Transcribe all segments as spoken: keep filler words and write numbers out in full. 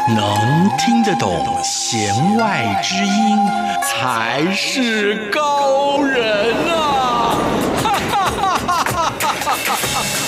能听得懂弦外之音，才是高人啊！哈哈哈哈哈哈！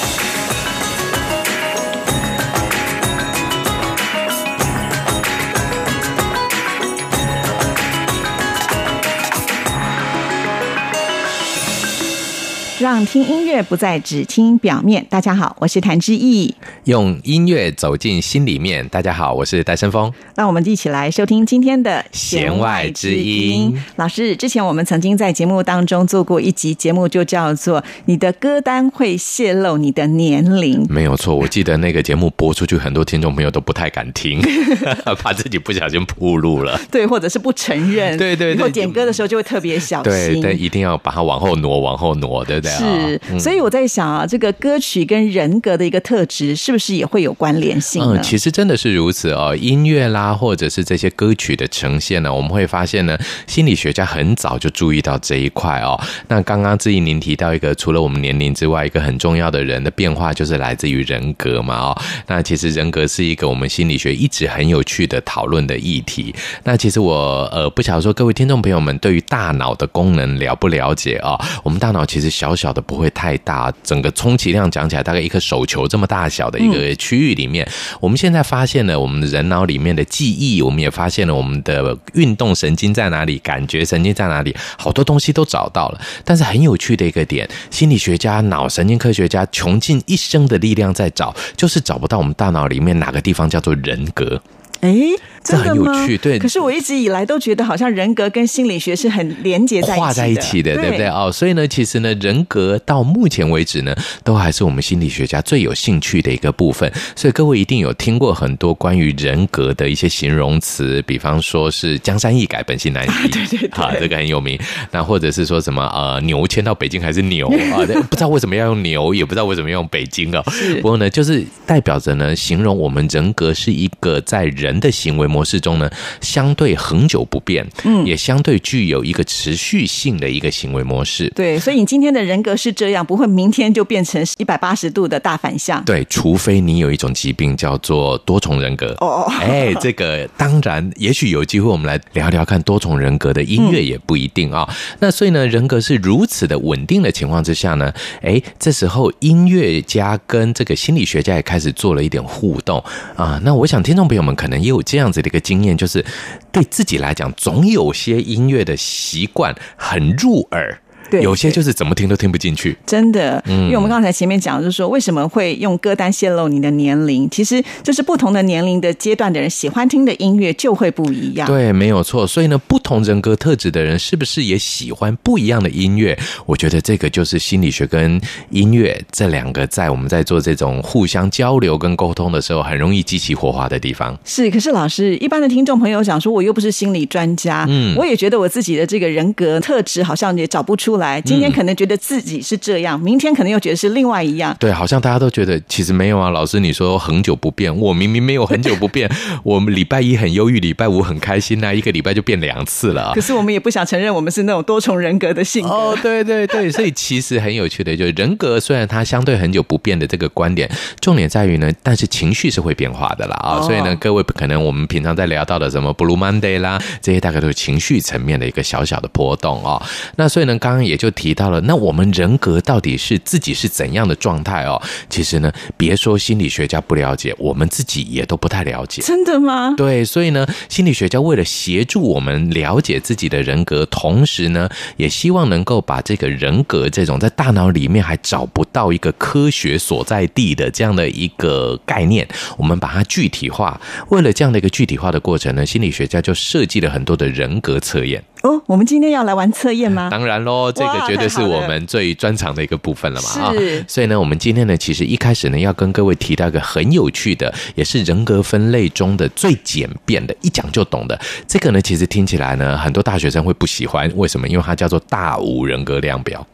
让听音乐不再只听表面。大家好，我是谭志毅， 用音乐走进心里面。大家好，我是戴胜峰。 让我们一起来收听今天的弦外之音。 老师，之前我们曾经在节目当中做过一集节目，就叫做你的歌单会泄露你的年龄。 没有错，我记得那个节目播出去，很多听众朋友都不太敢听怕自己不小心暴露了， 对，或者是不承认， 对对对， 以后点歌的时候就会特别小心， 对对，一定要把它往后挪往后挪，对不对？ 是、嗯、所以我在想啊，这个歌曲跟人格的一个特质是不是也会有关联性呢？ 嗯，其实真的是如此哦。音乐啦，或者是这些歌曲的呈现呢，我们会发现呢，心理学家很早就注意到这一块哦。那刚刚志毅您提到一个，除了我们年龄之外，一个很重要的人的变化就是来自于人格嘛哦。那其实人格是一个我们心理学一直很有趣的讨论的议题。那其实我呃不晓得说各位听众朋友们对于大脑的功能了不了解啊、哦？我们大脑其实小小的不会太大，整个充其量讲起来大概一颗手球这么大小的一个区域里面、嗯、我们现在发现了我们的人脑里面的记忆，我们也发现了我们的运动神经在哪里，感觉神经在哪里，好多东西都找到了。但是很有趣的一个点，心理学家脑神经科学家穷尽一生的力量在找，就是找不到我们大脑里面哪个地方叫做人格。 哎， 这很有趣，对。 可是我一直以来都觉得好像人格跟心理学是很连结在一起的， 画在一起的， 对, 对不对？哦，所以呢，其实呢，人格到目前为止呢，都还是我们心理学家最有兴趣的一个部分。所以各位一定有听过很多关于人格的一些形容词，比方说是江山易改，本性难移， 对对对， 啊，这个很有名。那或者是说什么呃，牛迁到北京还是牛啊？不知道为什么要用牛，也不知道为什么要用北京啊。不过呢，就是代表着呢，形容我们人格是一个在人的行为模式中呢，相对恒久不变，嗯，也相对具有一个持续性的一个行为模式。 对，所以你今天的人格是这样，不会明天就变成一百八十度的大反向。 对，除非你有一种疾病叫做多重人格。 哦， 哎，这个当然，也许有机会我们来聊聊看多重人格的音乐也不一定啊、哦嗯。那所以呢，人格是如此的稳定的情况之下呢，哎，这时候音乐家跟这个心理学家也开始做了一点互动啊。那我想听众朋友们可能也有这样子的一个经验，就是对自己来讲，总有些音乐的习惯很入耳。对，有些就是怎么听都听不进去， 真的。因为我们刚才前面讲，就是说为什么会用歌单泄露你的年龄，其实就是不同的年龄的阶段的人喜欢听的音乐就会不一样。 对，没有错。所以呢，不同人格特质的人是不是也喜欢不一样的音乐？我觉得这个就是心理学跟音乐这两个在我们在做这种互相交流跟沟通的时候，很容易激起火花的地方。 是，可是老师，一般的听众朋友讲说，我又不是心理专家，嗯，我也觉得我自己的这个人格特质好像也找不出来。今天可能觉得自己是这样，明天可能又觉得是另外一样。 对，好像大家都觉得其实没有啊。老师你说恒久不变，我明明没有很久不变我们礼拜一很忧郁，礼拜五很开心啊，一个礼拜就变两次了、啊、 可是我们也不想承认我们是那种多重人格的性格。 哦，对对对，所以其实很有趣的，就是人格虽然它相对很久不变的这个观点，重点在于呢，但是情绪是会变化的啦啊、哦，所以呢，各位可能我们平常在聊到的什么 Blue Monday 啦，这些大概都是情绪层面的一个小小的波动哦。那所以呢，刚刚也就提到了，那我们人格到底是自己是怎样的状态哦？其实呢，别说心理学家不了解，我们自己也都不太了解。 真的吗？ 对，所以呢，心理学家为了协助我们了解自己的人格，同时呢，也希望能够把这个人格这种在大脑里面还找不到一个科学所在地的这样的一个概念，我们把它具体化。为了这样的一个具体化的过程呢，心理学家就设计了很多的人格测验。 哦，我们今天要来玩测验吗？ 当然咯，这个绝对是我们最专长的一个部分了嘛。 是， 所以呢，我们今天呢，其实一开始呢，要跟各位提到一个很有趣的，也是人格分类中的最简便的，一讲就懂的。这个呢，其实听起来呢，很多大学生会不喜欢，为什么？因为它叫做大五人格量表。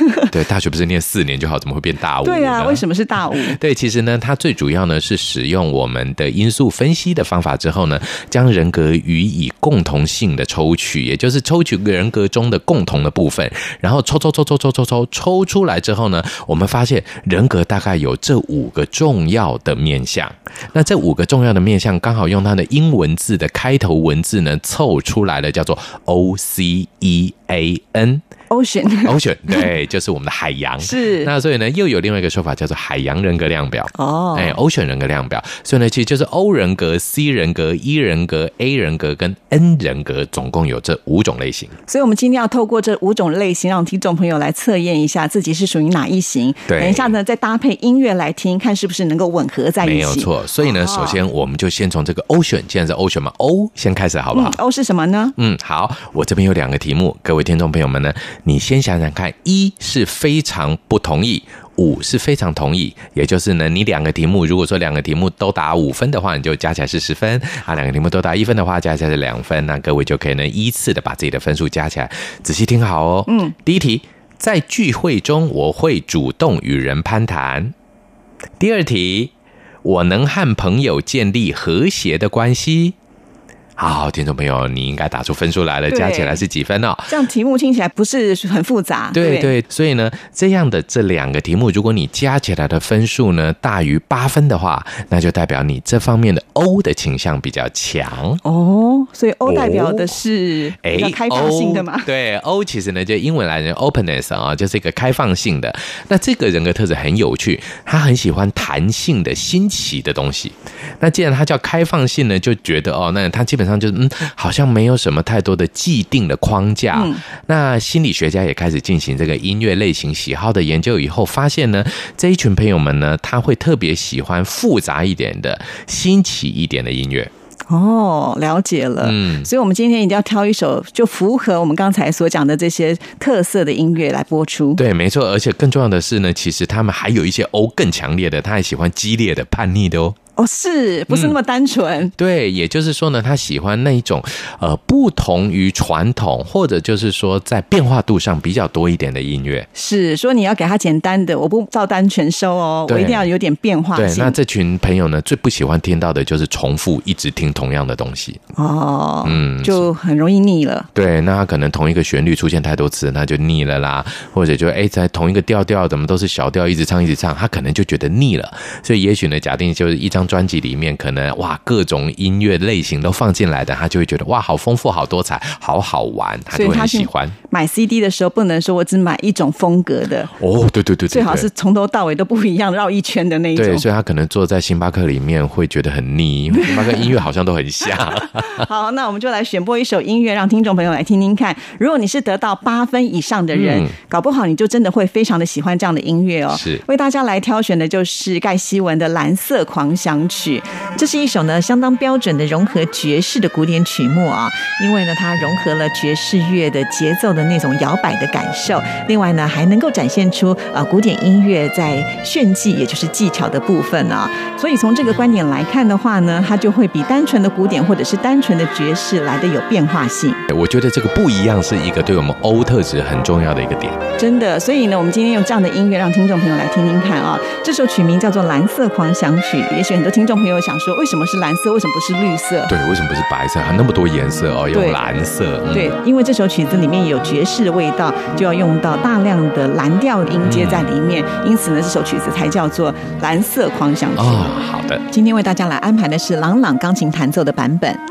对，大学不是念四年就好，怎么会变大五？ 对啊，为什么是大五？ 对，其实呢，它最主要呢是使用我们的因素分析的方法之后呢，将人格予以共同性的抽取，也就是抽取人格中的共同的部分，然后抽抽抽抽抽抽抽抽出来之后呢，我们发现人格大概有这五个重要的面向。那这五个重要的面向，刚好用它的英文字的开头文字呢凑出来了，叫做 O C E A N。Ocean Ocean 对，就是我们的海洋。 是， 那所以呢，又有另外一个说法叫做海洋人格量表。 哦， 哎 ，Ocean 人格量表。所以呢，其实就是 O 人格、C 人格、E 人格、A 人格跟 N 人格，总共有这五种类型。 所以我们今天要透过这五种类型，让听众朋友来测验一下自己是属于哪一型。 对， 等一下呢，再搭配音乐来听，看是不是能够吻合在一起。 没有错。所以呢，首先我们就先从这个 Ocean， 既然是 Ocean 嘛 ，O 先开始好不好？ 嗯、O 是什么呢？ 嗯，好，我这边有两个题目，各位听众朋友们呢，你先想想看。一是非常不同意，五是非常同意，也就是呢，你两个题目，如果说两个题目都打五分的话，你就加起来是十分啊；两个题目都打一分的话，加起来是两分。那各位就可以呢依次的把自己的分数加起来。仔细听好哦。嗯，第一题，在聚会中我会主动与人攀谈。第二题，我能和朋友建立和谐的关系。好，听众朋友，你应该打出分数来了，加起来是几分哦？ 这样题目听起来不是很复杂。 对 对, 对，所以呢，这样的这两个题目，如果你加起来的分数呢大于八分的话，那就代表你这方面的 O 的倾向比较强哦。所以 O 代表的是比较开放性的嘛？ 哦、对 ，O 其实呢，就英文来讲 openness 啊，就是一个开放性的。那这个人格特质很有趣，他很喜欢弹性的、新奇的东西。那既然他叫开放性呢，就觉得哦，那他基本上就嗯，好像没有什么太多的既定的框架。嗯、那心理学家也开始进行这个音乐类型喜好的研究以后，发现呢，这一群朋友们呢，他会特别喜欢复杂一点的、新奇一点的音乐。 哦，了解了。嗯，所以我们今天一定要挑一首就符合我们刚才所讲的这些特色的音乐来播出。 对，没错。而且更重要的是呢，其实他们还有一些 O 更强烈的，他还喜欢激烈的、叛逆的哦。 哦，是不是那么单纯？ 嗯、对，也就是说呢，他喜欢那一种呃不同于传统，或者就是说在变化度上比较多一点的音乐。 是说你要给他简单的，我不照单全收哦，我一定要有点变化性。 对，那这群朋友呢，最不喜欢听到的就是重复，一直听同样的东西。 哦，嗯，就很容易腻了。 对，那他可能同一个旋律出现太多次，那就腻了啦。或者就哎，在同一个调调，怎么都是小调，一直唱一直唱，他可能就觉得腻了。所以也许呢，假定就是一张专辑里面可能哇各种音乐类型都放进来的，他就会觉得哇好丰富好多彩好好玩，他就会很喜欢。 买 C D 的时候不能说我只买一种风格的哦，对对 对, 对, 对， 最好是从头到尾都不一样绕一圈的那一种。 对，所以他可能坐在星巴克里面会觉得很腻，因为星巴克音乐好像都很像。 好，那我们就来选播一首音乐让听众朋友来听听看，如果你是得到八分以上的人、嗯、搞不好你就真的会非常的喜欢这样的音乐哦。 是， 为大家来挑选的就是盖希文的蓝色狂想曲，这是一首呢相当标准的融合爵士的古典曲目啊，因为呢它融合了爵士乐的节奏的那种摇摆的感受，另外呢还能够展现出呃古典音乐在炫技也就是技巧的部分啊，所以从这个观点来看的话呢，它就会比单纯的古典或者是单纯的爵士来的有变化性。 我觉得这个不一样是一个对我们欧特质很重要的一个点， 真的。所以呢我们今天用这样的音乐让听众朋友来听听看啊，这首曲名叫做蓝色狂想曲，也许很多听众朋友想说为什么是蓝色，为什么不是绿色？ 对，为什么不是白色？还那么多颜色哦，用蓝色、嗯、 对，因为这首曲子里面有爵士的味道，就要用到大量的蓝调音阶在里面、嗯、因此呢这首曲子才叫做蓝色狂想曲、 哦、好的。 今天为大家来安排的是朗朗钢琴弹奏的版本。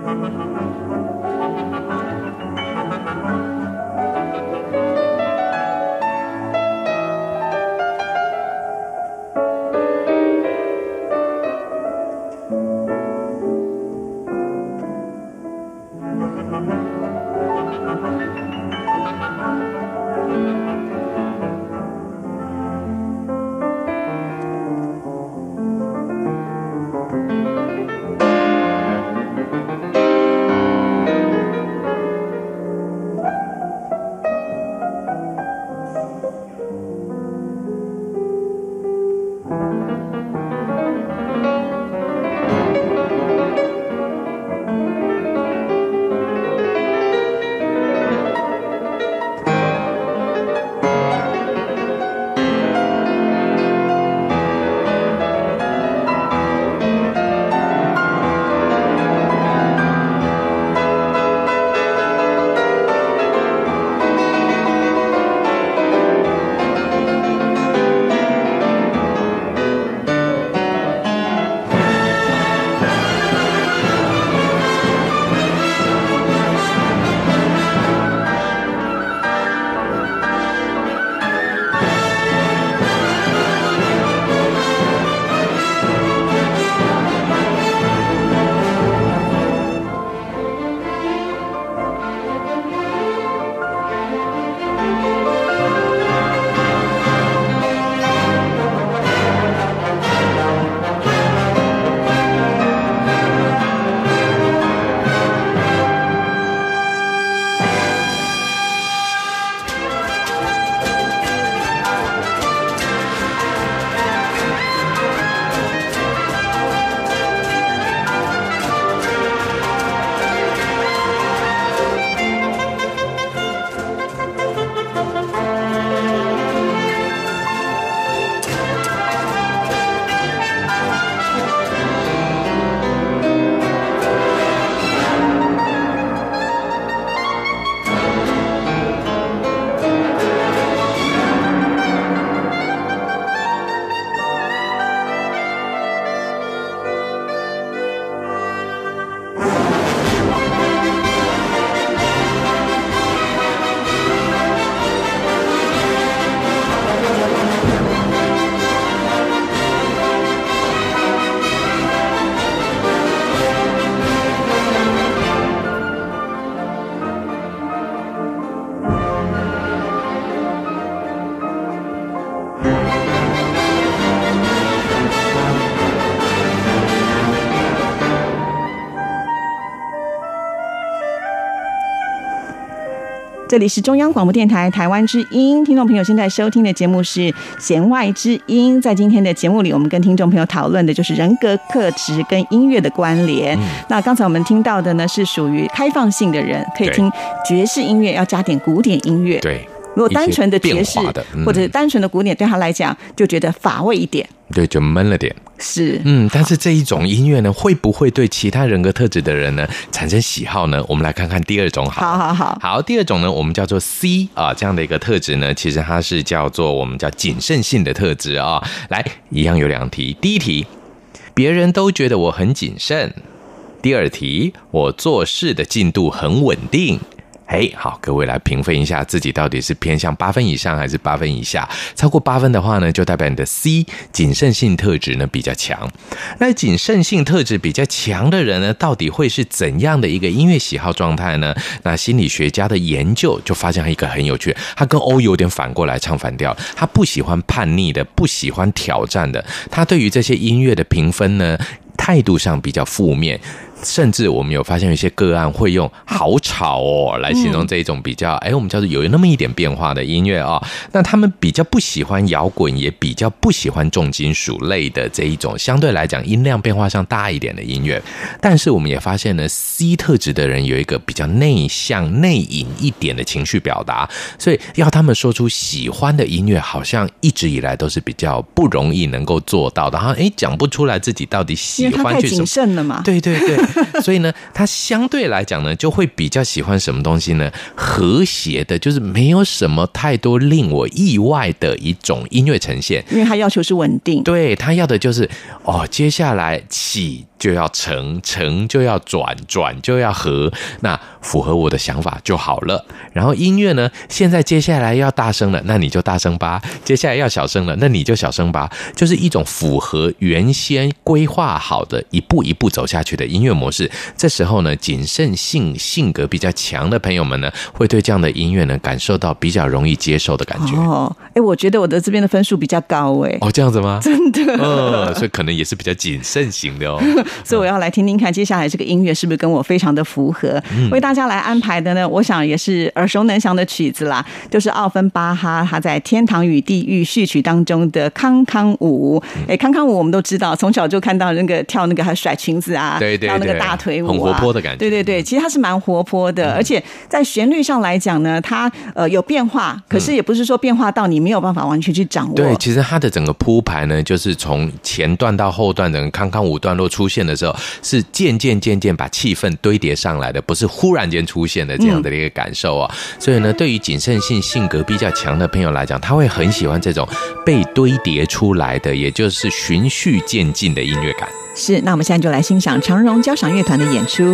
这里是中央广播电台台湾之音，听众朋友现在收听的节目是弦外之音。在今天的节目里，我们跟听众朋友讨论的就是人格特质跟音乐的关联。嗯、那刚才我们听到的呢，是属于开放性的人，可以听爵士音乐，要加点古典音乐。 对， 如果单纯的爵士的、嗯、 或者单纯的古典，对他来讲就觉得乏味一点。 对，就闷了点。 是， 嗯，但是这一种音乐呢，会不会对其他人格特质的人呢产生喜好呢？我们来看看第二种好。 好好好， 好，第二种呢，我们叫做 C 啊，这样的一个特质呢，其实它是叫做我们叫谨慎性的特质啊。来，一样有两题，第一题，别人都觉得我很谨慎；第二题，我做事的进度很稳定。哎，好，各位来评分一下自己到底是偏向八分以上还是八分以下。超过八分的话呢，就代表你的 C 谨慎性特质呢比较强。那谨慎性特质比较强的人呢，到底会是怎样的一个音乐喜好状态呢？那心理学家的研究就发现一个很有趣，他跟欧有点反过来唱反调。他不喜欢叛逆的，不喜欢挑战的。他对于这些音乐的评分呢，态度上比较负面。甚至我们有发现有一些个案会用好吵哦来形容这一种比较哎、嗯，我们叫做有那么一点变化的音乐哦。那他们比较不喜欢摇滚，也比较不喜欢重金属类的这一种相对来讲音量变化上大一点的音乐。但是我们也发现呢 ，C 特质的人有一个比较内向、内隐一点的情绪表达，所以要他们说出喜欢的音乐，好像一直以来都是比较不容易能够做到的。然后哎，讲不出来自己到底喜欢去什么， 因为他太谨慎了嘛。 对对对。所以呢，他相对来讲呢，就会比较喜欢什么东西呢？和谐的，就是没有什么太多令我意外的一种音乐呈现。 因为他要求是稳定， 对，他要的就是哦，接下来起就要成，成就要转，转就要和，那符合我的想法就好了。然后音乐呢，现在接下来要大声了，那你就大声吧；接下来要小声了，那你就小声吧。就是一种符合原先规划好的一步一步走下去的音乐模式。这时候呢，谨慎性性格比较强的朋友们呢，会对这样的音乐呢感受到比较容易接受的感觉。 哦，哎，我觉得我的这边的分数比较高哎。 哦，这样子吗？ 真的。 嗯，所以可能也是比较谨慎型的哦。 所以我要来听听看，接下来这个音乐是不是跟我非常的符合？嗯、为大家来安排的呢，我想也是耳熟能详的曲子啦，就是奥芬巴哈他在《天堂与地狱》序曲当中的康康舞。哎，康康舞我们都知道，从小就看到那个跳那个还甩裙子啊， 对对对， 跳那个大腿舞、啊， 很活泼的感觉。 对对对，其实它是蛮活泼的，嗯、而且在旋律上来讲呢，它呃有变化，可是也不是说变化到你没有办法完全去掌握。 对，其实它的整个铺排呢，就是从前段到后段，整个康康舞段落出现的时候，是渐渐渐渐把气氛堆叠上来的，不是忽然间出现的这样的一个感受啊。嗯、所以呢，对于谨慎性性格比较强的朋友来讲，他会很喜欢这种被堆叠出来的，也就是循序渐进的音乐感。 是，那我们现在就来欣赏长荣交响乐团的演出。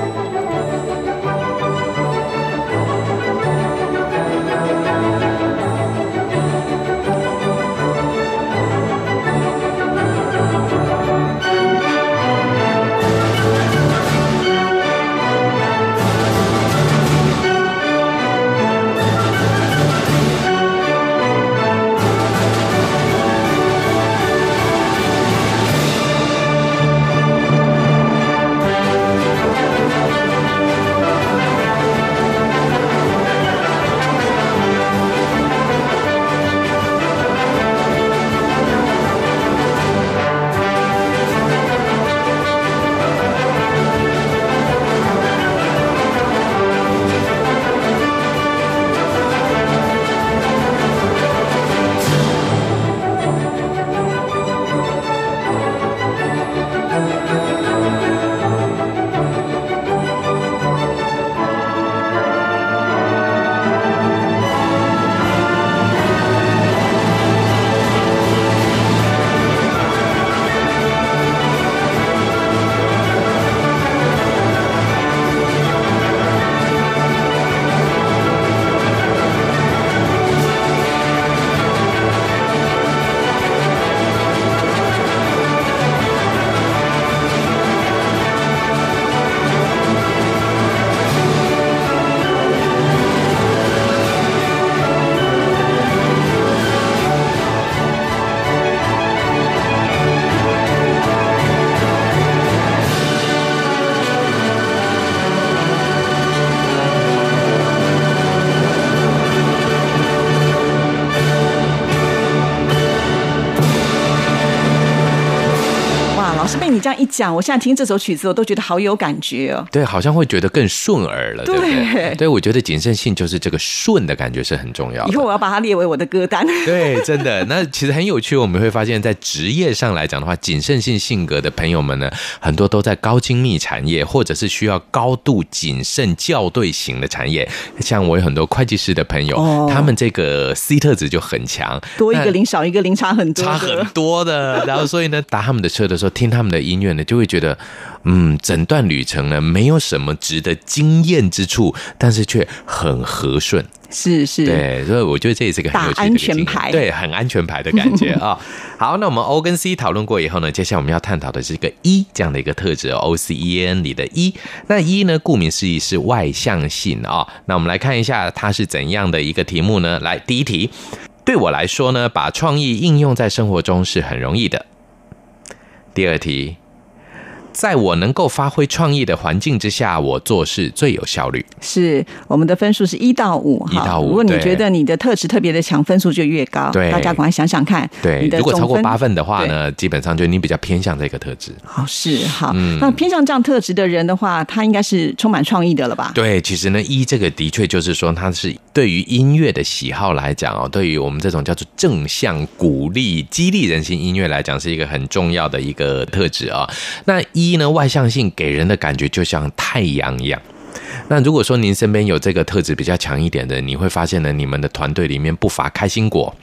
你这样一讲，我现在听这首曲子，我都觉得好有感觉哦。 对，好像会觉得更顺耳了，对不对？对，我觉得谨慎性就是这个顺的感觉是很重要的。 以后我要把它列为我的歌单。 对，真的。那其实很有趣，我们会发现，在职业上来讲的话，谨慎性性格的朋友们呢，很多都在高精密产业，或者是需要高度谨慎校对型的产业。像我有很多会计师的朋友，哦、他们这个 C 特质就很强， 多一个零少一个零，差很多， 差很多的。然后所以呢，搭他们的车的时候，听他们的音乐呢，就会觉得，嗯，整段旅程呢没有什么值得惊艳之处，但是却很和顺。 是是， 对，所以我觉得这也是个很有趣的打安全牌， 对，很安全牌的感觉啊、哦。好，那我们 O 跟 C 讨论过以后呢，接下来我们要探讨的是一个 E 这样的一个特质 ，O C E N 里的 E。那 E 呢，顾名思义是外向性啊、哦。那我们来看一下它是怎样的一个题目呢？来，第一题，对我来说呢，把创意应用在生活中是很容易的。第二题，在我能够发挥创意的环境之下，我做事最有效率。 是，我们的分数是一到五， 一到五。 如果你觉得你的特质特别的强，分数就越高。 对， 大家赶快想想看。 对，如果超过八分的话呢，基本上就你比较偏向这个特质。 好，是好、 嗯。 那偏向这样特质的人的话，他应该是充满创意的了吧？ 对，其实呢，一这个的确就是说，他是对于音乐的喜好来讲哦，对于我们这种叫做正向鼓励、激励人心音乐来讲，是一个很重要的一个特质啊、哦。那一呢，外向性给人的感觉就像太阳一样。那如果说您身边有这个特质比较强一点的，你会发现呢，你们的团队里面不乏开心果。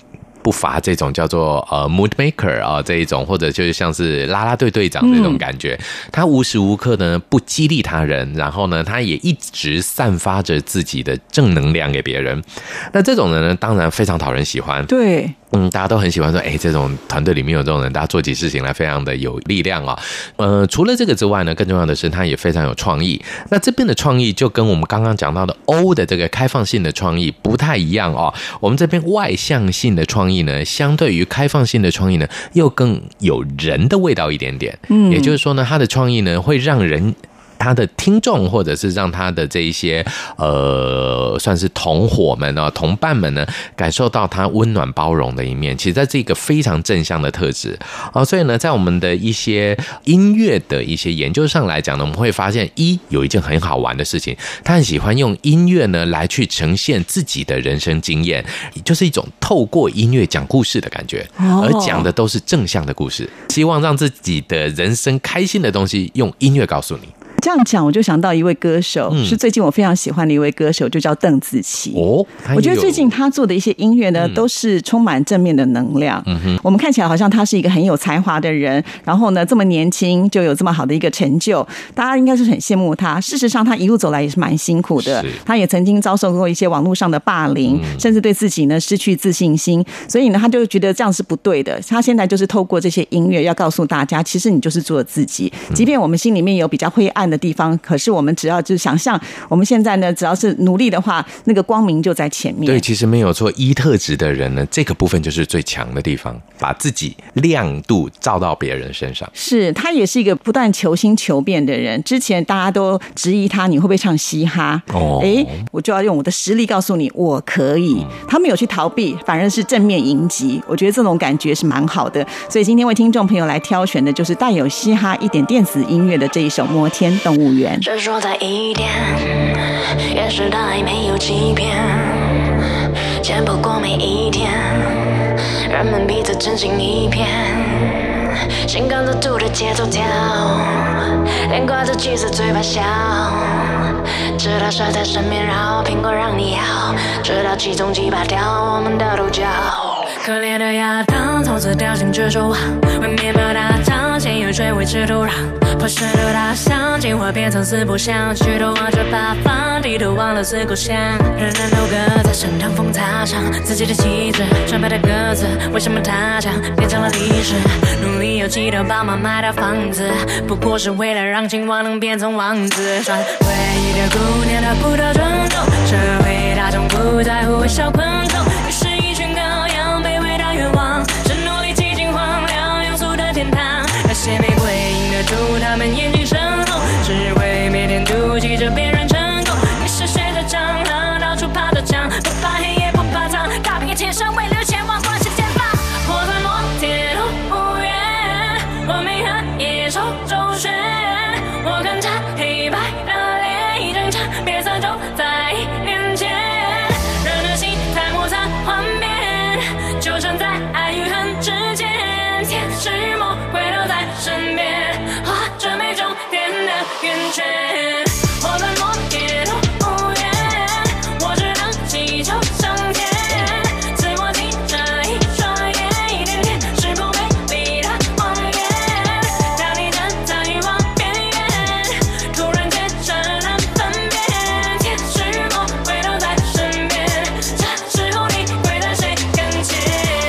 不乏这种叫做呃 mood maker 啊这一种，或者就是像是啦啦队队长这种感觉。嗯、他无时无刻呢不激励他人，然后呢，他也一直散发着自己的正能量给别人。那这种人呢，当然非常讨人喜欢。 对。 嗯，大家都很喜欢说，哎，这种团队里面有这种人，大家做起事情来非常的有力量啊、哦。呃，除了这个之外呢，更重要的是他也非常有创意。那这边的创意就跟我们刚刚讲到的 O 的这个开放性的创意不太一样哦。我们这边外向性的创意呢，相对于开放性的创意呢，又更有人的味道一点点。嗯，也就是说呢，他的创意呢，会让人。他的听众或者是让他的这一些呃，算是同伙们啊、同伴们呢，感受到他温暖包容的一面。其实在这个非常正向的特质啊，所以呢，在我们的一些音乐的一些研究上来讲呢，我们会发现一有一件很好玩的事情，他很喜欢用音乐呢来去呈现自己的人生经验，就是一种透过音乐讲故事的感觉，而讲的都是正向的故事，希望让自己的人生开心的东西用音乐告诉你。 这样讲，我就想到一位歌手，嗯、是最近我非常喜欢的一位歌手，就叫邓紫棋。哦，我觉得最近他做的一些音乐呢，嗯、都是充满正面的能量。嗯哼，我们看起来好像他是一个很有才华的人，然后呢，这么年轻就有这么好的一个成就，大家应该是很羡慕他。事实上，他一路走来也是蛮辛苦的，他也曾经遭受过一些网络上的霸凌，嗯、甚至对自己呢失去自信心。所以呢，他就觉得这样是不对的。他现在就是透过这些音乐，要告诉大家，其实你就是做自己，即便我们心里面有比较灰暗的地方，可是我们只要就是想象，我们现在呢，只要是努力的话，那个光明就在前面。 对，其实没有错。一特质的人呢，这个部分就是最强的地方，把自己亮度照到别人身上。 是，他也是一个不断求新求变的人。之前大家都质疑他，你会不会唱嘻哈？哦，哎，我就要用我的实力告诉你，我可以。嗯、他没有去逃避，反而是正面迎击。我觉得这种感觉是蛮好的。所以今天为听众朋友来挑选的就是带有嘻哈一点电子音乐的这一首《摩天动物园》。 执着在一点，掩饰的爱没有欺骗，见不过每一天，人们彼此真心一片，心跟着兔的节奏跳，脸挂着气色嘴巴笑，直到蛇在身边绕，苹果让你咬，直到其中几把掉我们的独角。可怜的亚当从此掉进蜘蛛网，为面包打仗，咸鱼追尾吃土壤，破石头大象进化变成四不像，举头望着八方，低头忘了四故乡。人人都各在身旁风擦伤自己的旗帜，纯白的鸽子为什么它将变成了历史？努力有气的爸妈买的房子，不过是为了让青蛙能变成王子。传唯一的姑娘她不得尊重，社会大众不在乎微笑困众，于是一群羔羊被伟大愿望，是努力挤进荒凉庸俗的天堂。那些玫瑰映得出他们眼睛深红，只会每天妒忌着别人成功。你是学着蟑螂，到处爬着墙，不怕黑也不怕烫，踏遍千山为了前往光是前方。我在摩天动物园，我没和野兽周旋，我看着黑白的脸一张张，别再走在面前，人的心在摩擦幻变，纠缠在爱与恨之间，天使魔鬼都在身边，画着没终点的圆圈。我在摩天动物园，我只能祈求上天，赐我听这一双眼，一点点是不美丽的谎言。当你站在欲望边缘，突然间真难分辨，天使魔鬼都在身边，这时候你会在谁跟前？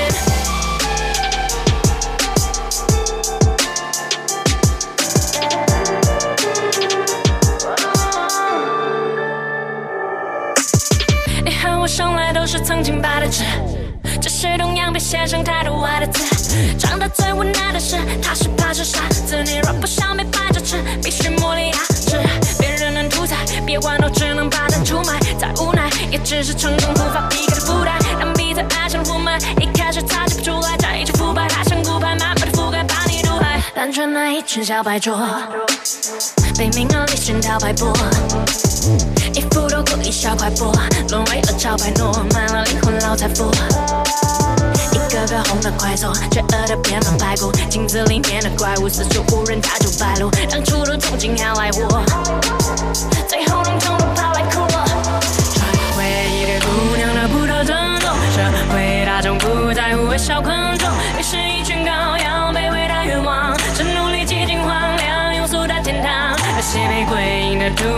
你和我生来都是曾经拔的痣，只是同样被写成太多爱的字。长得最无奈的是，他是怕是傻子。你若不想被掰着吃，必须磨砺牙齿。别人能屠宰，别玩都只能把它出卖。再无奈，也只是成功无法避开的负担。让彼此爱上雾霾，一开始擦起不出来，再一直腐败，它像骨牌，慢慢的覆盖，把你毒害。单纯那一群小白桌，被名和利熏陶摆布。一副都故意小快播，沦为了招牌诺，卖了灵魂老财富。一个个红的快走，罪恶的变成排骨，镜子里面的怪物，四处无人踏出白路。当初的憧憬要来我，最后弄痛的跑来哭我。唯一的姑娘她不得尊重，社会大众不在乎。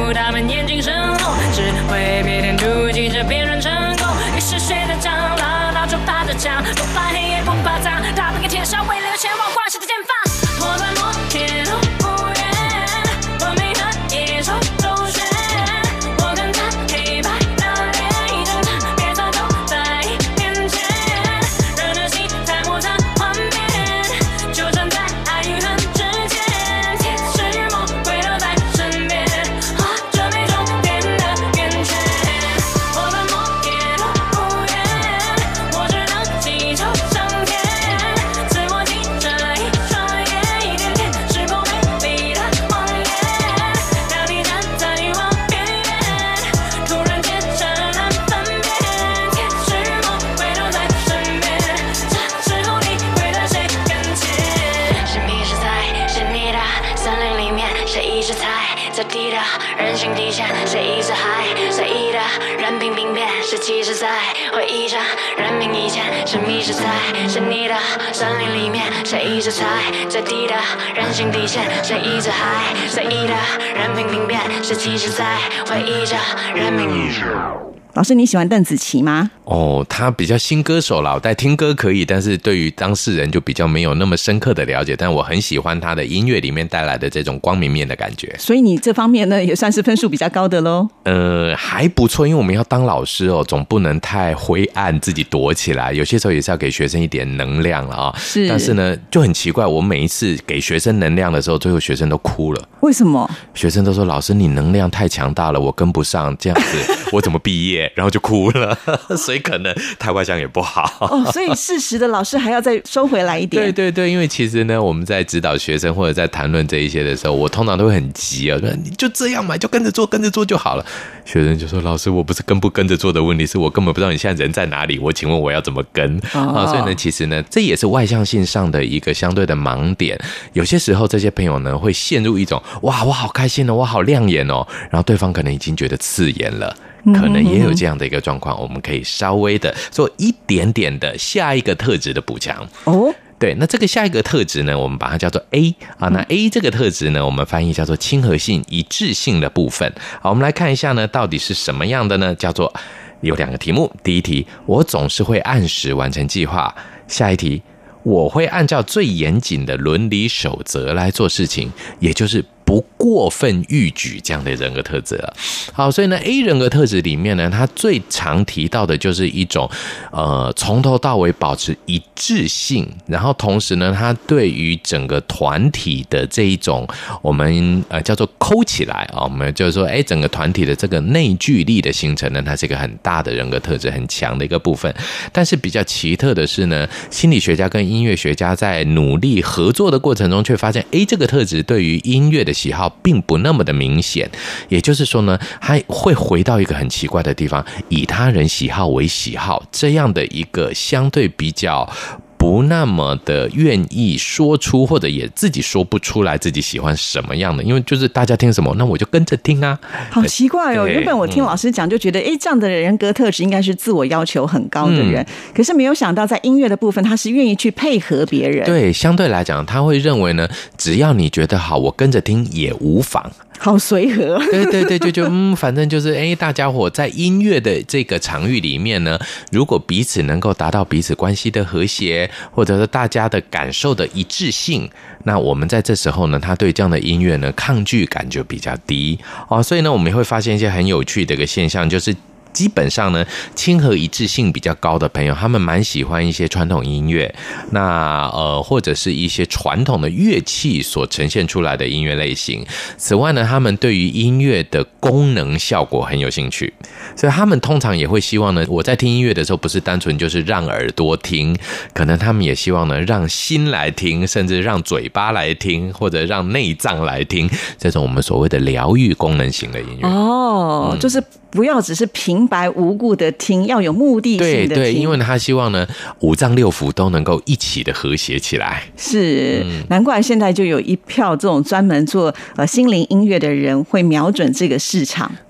护他们眼睛深红，只会别天妒忌着别人成功。于是学着长老，老就爬着墙，不怕黑也不怕脏，大不给天上为了前往挂起的剑放，摩拜摩铁路不远，我没和野兽周旋，我跟他黑白那脸一整场，别再走在面前，人的心在摩擦幻变，纠缠在爱与恨之间，天使与魔鬼都在身边，画着没终点的圆圈，我奔摩铁路不远，我只能祈求上天，赐我记这一双眼，一点点是否美丽的谎言，当你站在欲望边缘，突然间ฉัน难分辨，天使与魔鬼都在身边，这时候你会在谁跟前？是迷失在是你的森林里面，谁一直踩在地的人性底线，谁一直还随意的任凭兵变，是其实在回忆着人命以前，是迷失在是你的森林里面，谁一直踩在地的人性底线，谁一直还随意的任凭兵变，是其实在回忆着人命以前。 老师，你喜欢邓紫棋吗？ 哦，他比较新歌手啦，我在听歌可以，但是对于当事人就比较没有那么深刻的了解，但我很喜欢他的音乐里面带来的这种光明面的感觉。 所以你这方面呢，也算是分数比较高的咯。 呃，还不错，因为我们要当老师哦，总不能太灰暗，自己躲起来。有些时候也是要给学生一点能量了啊、哦。 是， 但是呢，就很奇怪，我每一次给学生能量的时候，最后学生都哭了。 为什么？ 学生都说：“老师，你能量太强大了，我跟不上，这样子我怎么毕业？”然后就哭了，所以可能台外向也不好哦。所以适时的老师还要再收回来一点。 对对对，因为其实呢，我们在指导学生或者在谈论这一些的时候，我通常都会很急啊，说你就这样嘛，就跟着做，跟着做就好了。学生就说：“老师，我不是跟不跟着做的问题，是我根本不知道你现在人在哪里。我请问我要怎么跟、哦、啊？”所以呢，其实呢，这也是外向性上的一个相对的盲点。有些时候，这些朋友呢会陷入一种哇，我好开心哦，我好亮眼哦，然后对方可能已经觉得刺眼了。可能也有这样的一个状况，我们可以稍微的做一点点的下一个特质的补强哦。对，那这个下一个特质呢，我们把它叫做 A 啊。那 A 这个特质呢，我们翻译叫做亲和性、一致性的部分。好，我们来看一下呢，到底是什么样的呢？叫做有两个题目，第一题，我总是会按时完成计划；下一题，我会按照最严谨的伦理守则来做事情，也就是不过分逾矩这样的人格特质了。好，所以呢 A 人格特质里面呢，他最常提到的就是一种呃从头到尾保持一致性，然后同时呢，他对于整个团体的这一种我们呃叫做扣起来啊，我们就是说哎，整个团体的这个内聚力的形成呢，它是一个很大的人格特质，很强的一个部分。但是比较奇特的是呢，心理学家跟音乐学家在努力合作的过程中，却发现 A 这个特质对于音乐的喜好并不那么的明显，也就是说呢，他会回到一个很奇怪的地方，以他人喜好为喜好，这样的一个相对比较不那么的愿意说出，或者也自己说不出来自己喜欢什么样的，因为就是大家听什么，那我就跟着听啊。 好奇怪哦！原本我听老师讲就觉得，哎、嗯，这样的人格特质应该是自我要求很高的人、嗯，可是没有想到在音乐的部分，他是愿意去配合别人。 对，相对来讲，他会认为呢，只要你觉得好，我跟着听也无妨。 好随和， 对对对，就就嗯，反正就是哎，大家伙在音乐的这个场域里面呢，如果彼此能够达到彼此关系的和谐，或者是大家的感受的一致性，那我们在这时候呢，他对这样的音乐呢抗拒感就比较低哦，所以呢，我们会发现一些很有趣的一个现象，就是基本上呢，亲和一致性比较高的朋友，他们蛮喜欢一些传统音乐，那呃或者是一些传统的乐器所呈现出来的音乐类型。此外呢，他们对于音乐的功能效果很有兴趣，所以他们通常也会希望呢，我在听音乐的时候，不是单纯就是让耳朵听，可能他们也希望呢，让心来听，甚至让嘴巴来听，或者让内脏来听，这种我们所谓的疗愈功能型的音乐。 哦，嗯、就是不要只是平白无故的听，要有目的性的听。 对对，因为他希望呢，五脏六腑都能够一起的和谐起来。 是、嗯，难怪现在就有一票这种专门做呃心灵音乐的人会瞄准这个市场。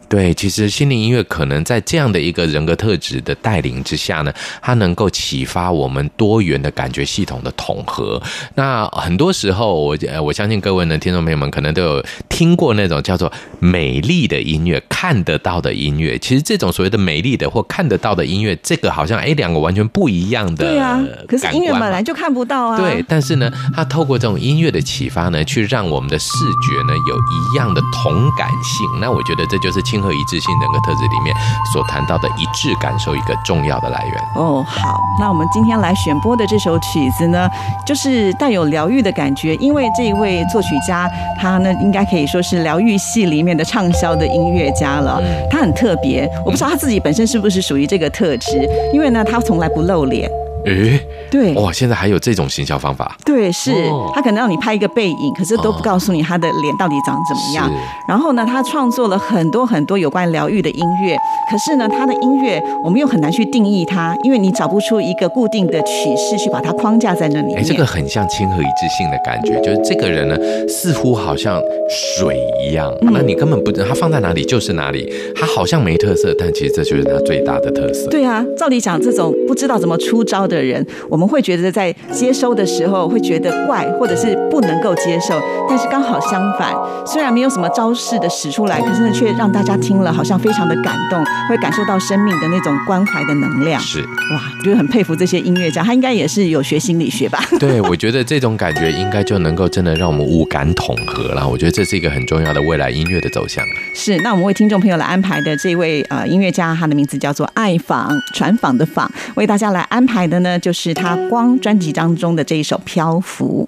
对，其实心灵音乐可能在这样的一个人格特质的带领之下呢，它能够启发我们多元的感觉系统的统合。那很多时候我我相信各位呢听众朋友们可能都有听过那种叫做美丽的音乐，看得到的音乐。其实这种所谓的美丽的或看得到的音乐，这个好像哎两个完全不一样的。 对啊，可是音乐本来就看不到啊。 对，但是呢，它透过这种音乐的启发呢，去让我们的视觉呢有一样的同感性。那我觉得这就是亲和一致性人格特质里面所谈到的一致感受一个重要的来源。 哦，好，那我们今天来选播的这首曲子呢，就是带有疗愈的感觉，因为这一位作曲家他呢应该可以说是疗愈系里面的畅销的音乐家了。他很特别，我不知道他自己本身是不是属于这个特质，因为呢他从来不露脸。 诶， 对， 哇，现在还有这种行销方法？ 对，是、 哦、 他可能让你拍一个背影，可是都不告诉你他的脸到底长怎么样。然后呢，他创作了很多很多有关疗愈的音乐，可是呢，他的音乐我们又很难去定义它，因为你找不出一个固定的曲式去把它框架在那里面。 哎，这个很像亲和一致性的感觉，就是这个人呢，似乎好像水一样，嗯、那你根本不知道他放在哪里就是哪里，他好像没特色，但其实这就是他最大的特色。 对啊，照理讲，这种不知道怎么出招的的人，我们会觉得在接收的时候会觉得怪，或者是不能够接受，但是刚好相反，虽然没有什么招式的使出来，可是呢却让大家听了好像非常的感动，会感受到生命的那种关怀的能量。 是， 哇，觉得很佩服这些音乐家，他应该也是有学心理学吧？ 对，我觉得这种感觉应该就能够真的让我们五感统合了。我觉得这是一个很重要的未来音乐的走向。 是，那我们为听众朋友来安排的这位呃音乐家，他的名字叫做爱访，传访的访，为大家来安排的呢，就是他《光》专辑当中的这一首《漂浮》。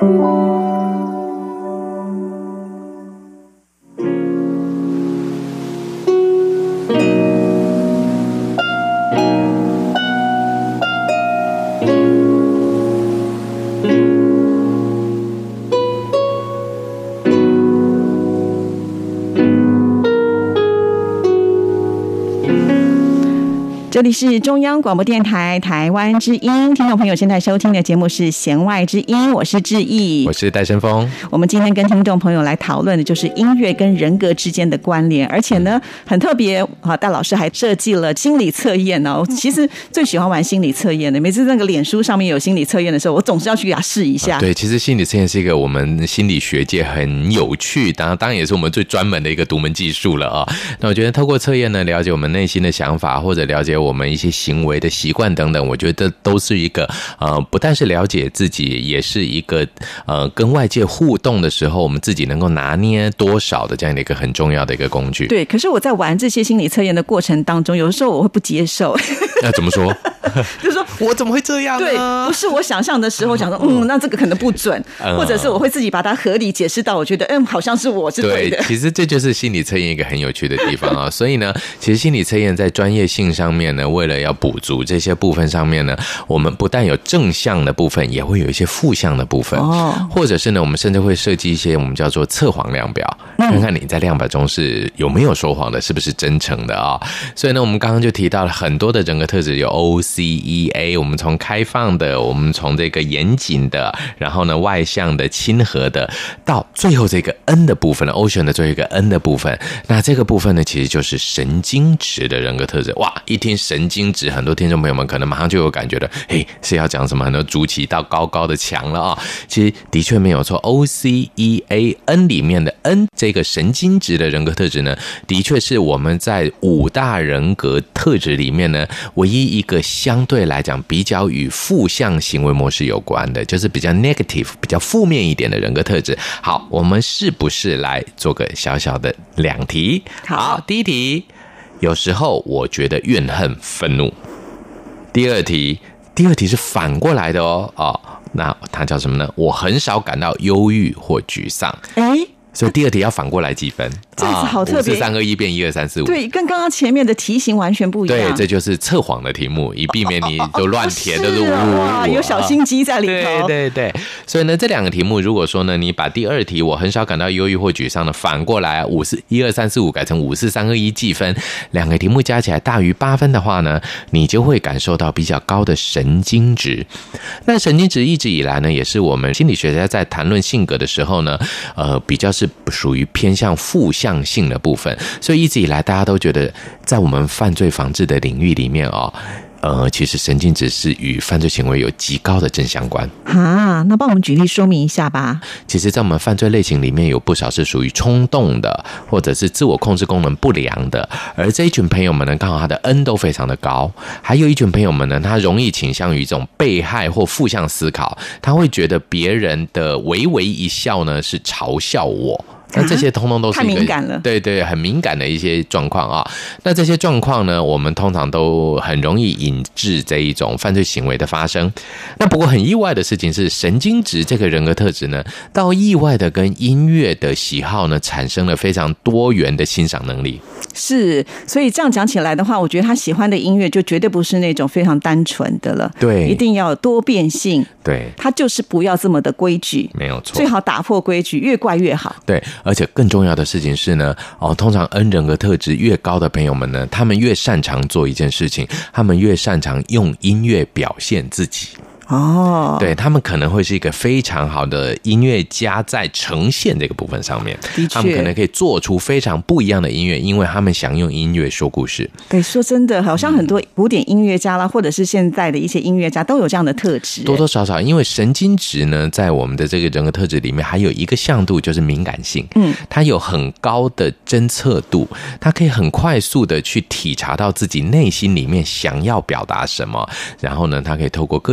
这里是中央广播电台台湾之音，听众朋友现在收听的节目是弦外之音，我是志毅， 我是戴胜峰。 我们今天跟听众朋友来讨论的就是音乐跟人格之间的关联，而且呢很特别啊，戴老师还设计了心理测验哦。其实最喜欢玩心理测验的，每次那个脸书上面有心理测验的时候，我总是要去给他试一下。 对，其实心理测验是一个我们心理学界很有趣，当然当然也是我们最专门的一个独门技术了啊。那我觉得透过测验呢，了解我们内心的想法，或者了解我们一些行为的习惯等等，我觉得都是一个呃，不但是了解自己，也是一个呃，跟外界互动的时候，我们自己能够拿捏多少的这样的一个很重要的一个工具。 对，可是我在玩这些心理测验的过程当中，有的时候我会不接受。 那怎么说？ 就是说我怎么会这样呢？ 对，不是我想象的时候，想说嗯，那这个可能不准，嗯、或者是我会自己把它合理解释到，我觉得嗯，好像是我是对的。 对，其实这就是心理测验一个很有趣的地方啊。所以呢，其实心理测验在专业性上面呢，为了要补足这些部分上面呢，我们不但有正向的部分，也会有一些负向的部分，哦，或者是呢，我们甚至会设计一些我们叫做测谎量表，看看你在量表中是有没有说谎的，是不是真诚的啊？所以呢，我们刚刚就提到了很多的人格特质，有 O C E A， 我们从开放的，我们从这个严谨的，然后呢外向的、亲和的，到最后这个 N 的部分呢 ，Ocean 的最后一个 N 的部分，那这个部分呢，其实就是神经质的人格特质。哇，一听神经质，很多听众朋友们可能马上就有感觉了，嘿，是要讲什么？很多筑起到高高的墙了啊！其实的确没有错 ，O C E A N 里面的 N 这个神经质的人格特质呢，的确是我们在五大人格特质里面呢，唯一一个相对来讲比较与负向行为模式有关的，就是比较 negative、比较负面一点的人格特质。好，我们是不是来做个小小的两题？好，第一题，有时候我觉得怨恨、愤怒。第二题，第二题是反过来的哦，哦，那它叫什么呢？我很少感到忧郁或沮丧。诶，所以第二题要反过来计分， 这样子好特别， 五四三二一变一二三四五， 对，跟刚刚前面的题型完全不一样。 对，这就是测谎的题目，以避免你就乱填的入误。 哇，有小心机在里头。 对对对，所以呢，这两个题目，如果说呢，你把第二题我很少感到忧郁或沮丧的反过来五四一二三四五改成五四三二一计分，两个题目加起来大于八分的话呢，你就会感受到比较高的神经质。那神经质一直以来呢，也是我们心理学家在谈论性格的时候呢，呃，比较是属于偏向负向性的部分，所以一直以来大家都觉得，在我们犯罪防治的领域里面哦，呃，其实神经质是与犯罪行为有极高的正相关啊。那帮我们举例说明一下吧。 其实在我们犯罪类型里面有不少是属于冲动的，或者是自我控制功能不良的，而这一群朋友们呢，刚好他的 N 都非常的高。还有一群朋友们呢，他容易倾向于这种被害或负向思考，他会觉得别人的微微一笑呢是嘲笑我。那这些通通都是一个、 太敏感了， 对对，很敏感的一些状况啊。那这些状况呢，我们通常都很容易引致这一种犯罪行为的发生。那不过很意外的事情是，神经质这个人格特质呢，到意外的跟音乐的喜好呢，产生了非常多元的欣赏能力。 是，所以这样讲起来的话，我觉得他喜欢的音乐就绝对不是那种非常单纯的了， 对， 一定要有多变性， 对， 他就是不要这么的规矩， 没有错， 最好打破规矩，越怪越好。 对，而且更重要的事情是呢，哦，通常 N 人格特质越高的朋友们呢，他们越擅长做一件事情，他们越擅长用音乐表现自己。哦，对，他们可能会是一个非常好的音乐家，在呈现这个部分上面，他们可能可以做出非常不一样的音乐，因为他们想用音乐说故事。 对，说真的，好像很多古典音乐家啦，或者是现在的一些音乐家都有这样的特质， 多多少少。因为神经质呢，在我们的这个人格特质里面，还有一个向度就是敏感性，嗯，它有很高的侦测度，它可以很快速的去体察到自己内心里面想要表达什么，然后呢，它可以透过各种的方法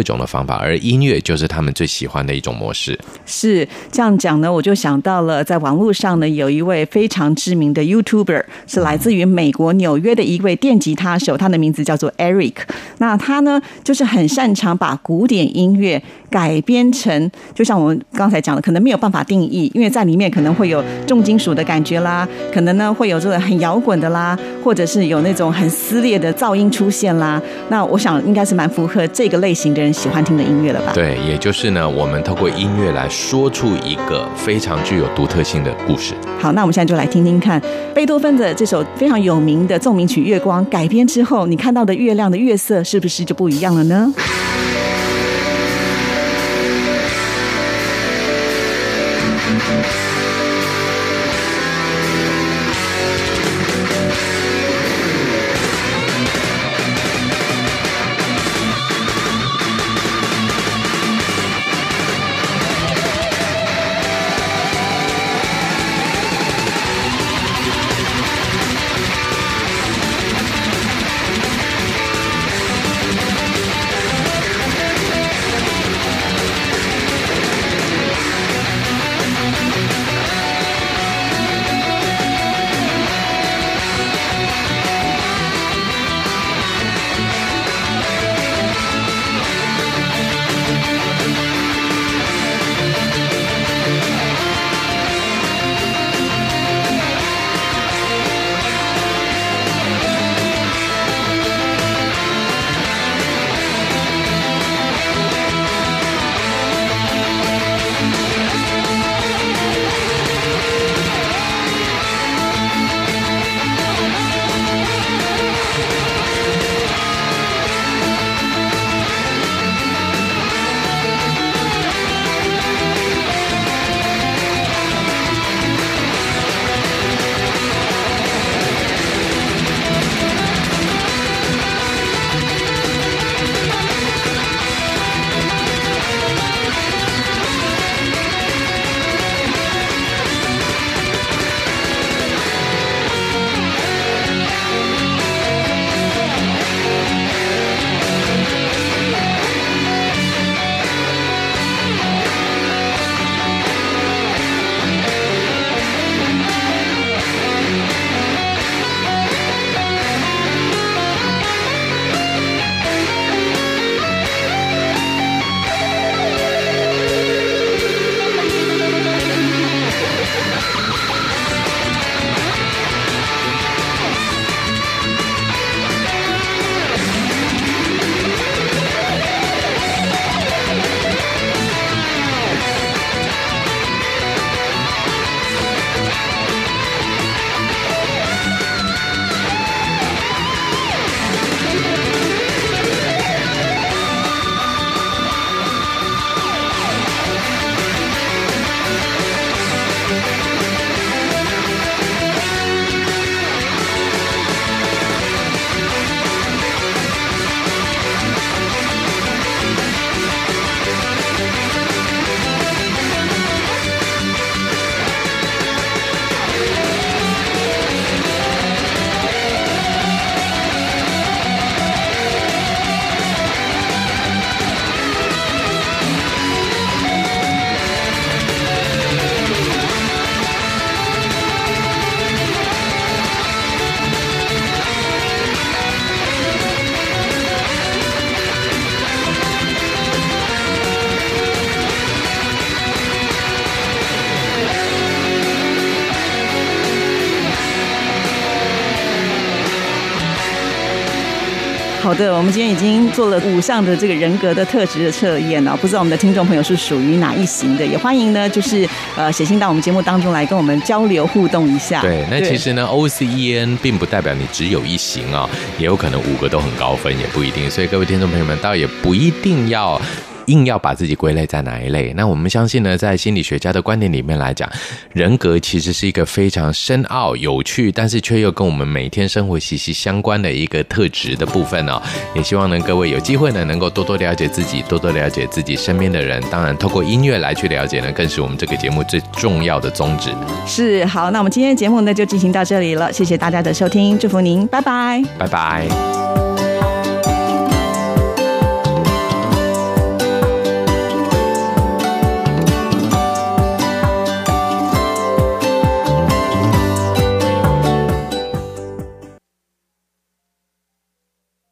法，而音乐就是他们最喜欢的一种模式。 是这样讲呢，我就想到了在网络上呢，有一位非常知名的 YouTuber， 是来自于美国纽约的一位电吉他手，他的名字叫做 Eric。那他呢，就是很擅长把古典音乐改编成，就像我们刚才讲的，可能没有办法定义，因为在里面可能会有重金属的感觉啦，可能呢会有这个很摇滚的啦，或者是有那种很撕裂的噪音出现啦。那我想应该是蛮符合这个类型的人喜欢听的音乐了吧？ 对，也就是呢，我们透过音乐来说出一个非常具有独特性的故事。 好，那我们现在就来听听看贝多芬的这首非常有名的奏鸣曲《月光》改编之后，你看到的月亮的月色是不是就不一样了呢？好的，我们今天已经做了五项的这个人格的特质的测验了，不知道我们的听众朋友是属于哪一型的，也欢迎呢，就是呃写信到我们节目当中来跟我们交流互动一下。 对，那其实呢 ，O C E N 并不代表你只有一型啊、哦，也有可能五个都很高分，也不一定。所以各位听众朋友们，倒也不一定要硬要把自己归类在哪一类。那我们相信呢，在心理学家的观点里面来讲，人格其实是一个非常深奥、有趣，但是却又跟我们每天生活息息相关的一个特质的部分哦。也希望呢，各位有机会呢，能够多多了解自己，多多了解自己身边的人。当然，透过音乐来去了解呢，更是我们这个节目最重要的宗旨。 是，好，那我们今天的节目呢就进行到这里了，谢谢大家的收听，祝福您，拜拜， 拜拜。